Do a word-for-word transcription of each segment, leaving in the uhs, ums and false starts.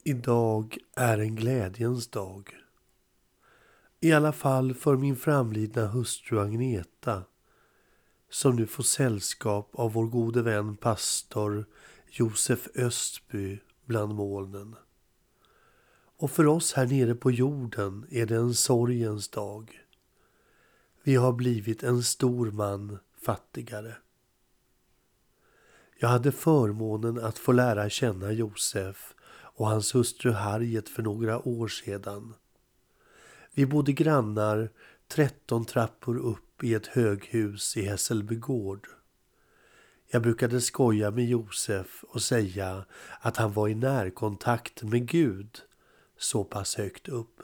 Idag är en glädjens dag. I alla fall för min framlidna hustru Agneta, som nu får sällskap av vår gode vän pastor Josef Östby bland molnen. Och för oss här nere på jorden är det en sorgens dag. Vi har blivit en stor man fattigare. Jag hade förmånen att få lära känna Josef och hans hustru Harriet för några år sedan. Vi bodde grannar tretton trappor upp i ett höghus i Hässelbygård. Jag brukade skoja med Josef och säga att han var i närkontakt med Gud så pass högt upp.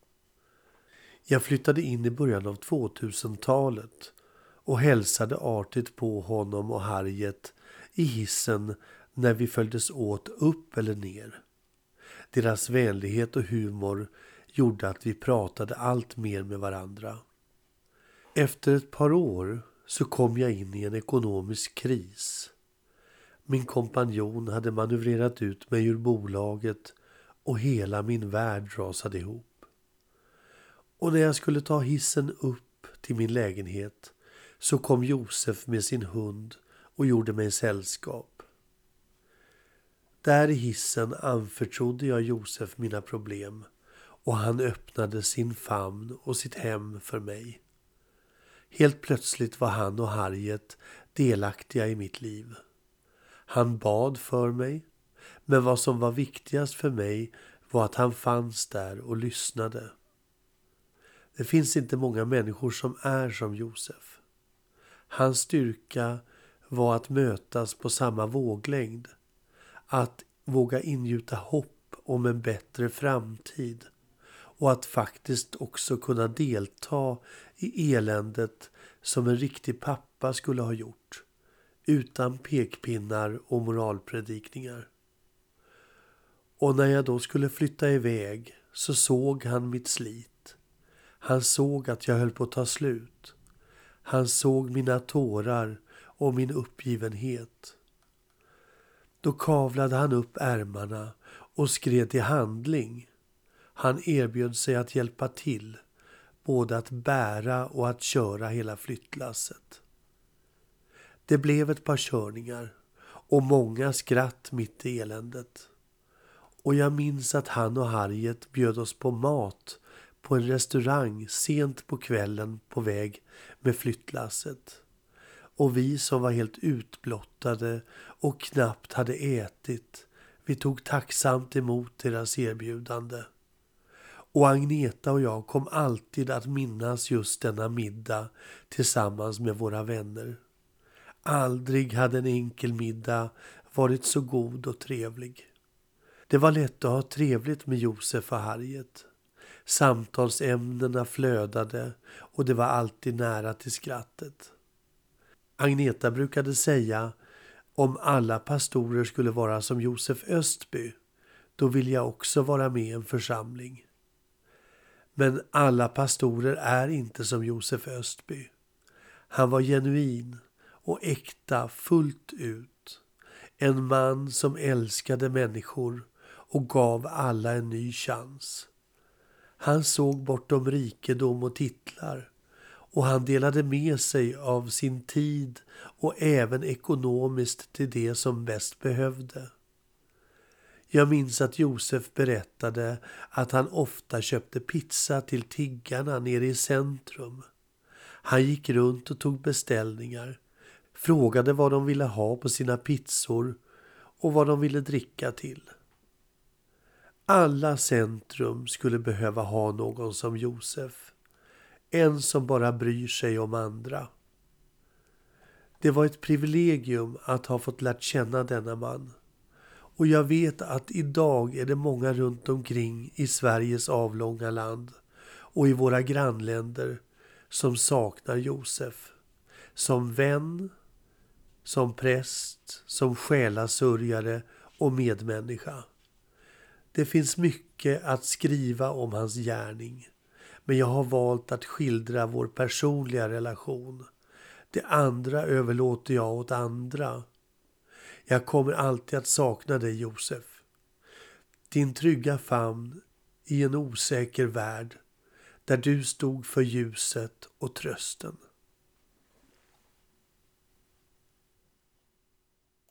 Jag flyttade in i början av tvåtusentalet och hälsade artigt på honom och Harriet i hissen när vi följdes åt upp eller ner. Deras vänlighet och humor gjorde att vi pratade allt mer med varandra. Efter ett par år så kom jag in i en ekonomisk kris. Min kompanjon hade manövrerat ut mig ur bolaget och hela min värld rasade ihop. Och när jag skulle ta hissen upp till min lägenhet så kom Josef med sin hund och gjorde mig sällskap. Där i hissen anförtrodde jag Josef mina problem och han öppnade sin famn och sitt hem för mig. Helt plötsligt var han och Harriet delaktiga i mitt liv. Han bad för mig, men vad som var viktigast för mig var att han fanns där och lyssnade. Det finns inte många människor som är som Josef. Hans styrka var att mötas på samma våglängd, att våga ingjuta hopp om en bättre framtid och att faktiskt också kunna delta i eländet som en riktig pappa skulle ha gjort, utan pekpinnar och moralpredikningar. Och när jag då skulle flytta iväg så såg han mitt slit. Han såg att jag höll på att ta slut. Han såg mina tårar och min uppgivenhet. Då kavlade han upp ärmarna och skred till handling. Han erbjöd sig att hjälpa till, både att bära och att köra hela flyttlasset. Det blev ett par körningar och många skratt mitt i eländet. Och jag minns att han och Harriet bjöd oss på mat på en restaurang sent på kvällen på väg med flyttlasset. Och vi som var helt utblottade och knappt hade ätit, vi tog tacksamt emot deras erbjudande. Och Agneta och jag kom alltid att minnas just denna middag tillsammans med våra vänner. Aldrig hade en enkel middag varit så god och trevlig. Det var lätt att ha trevligt med Josef och Harriet. Samtalsämnena flödade och det var alltid nära till skrattet. Agneta brukade säga, om alla pastorer skulle vara som Josef Östby, då vill jag också vara med i en församling. Men alla pastorer är inte som Josef Östby. Han var genuin och äkta fullt ut. En man som älskade människor och gav alla en ny chans. Han såg bortom rikedom och titlar och han delade med sig av sin tid och även ekonomiskt till det som bäst behövde. Jag minns att Josef berättade att han ofta köpte pizza till tiggarna nere i centrum. Han gick runt och tog beställningar, frågade vad de ville ha på sina pizzor och vad de ville dricka till. Alla centrum skulle behöva ha någon som Josef. En som bara bryr sig om andra. Det var ett privilegium att ha fått lärt känna denna man. Och jag vet att idag är det många runt omkring i Sveriges avlånga land och i våra grannländer som saknar Josef. Som vän, som präst, som själasörjare och medmänniska. Det finns mycket att skriva om hans gärning, men jag har valt att skildra vår personliga relation. Det andra överlåter jag åt andra. Jag kommer alltid att sakna dig, Josef. din trygga famn i en osäker värld där du stod för ljuset och trösten.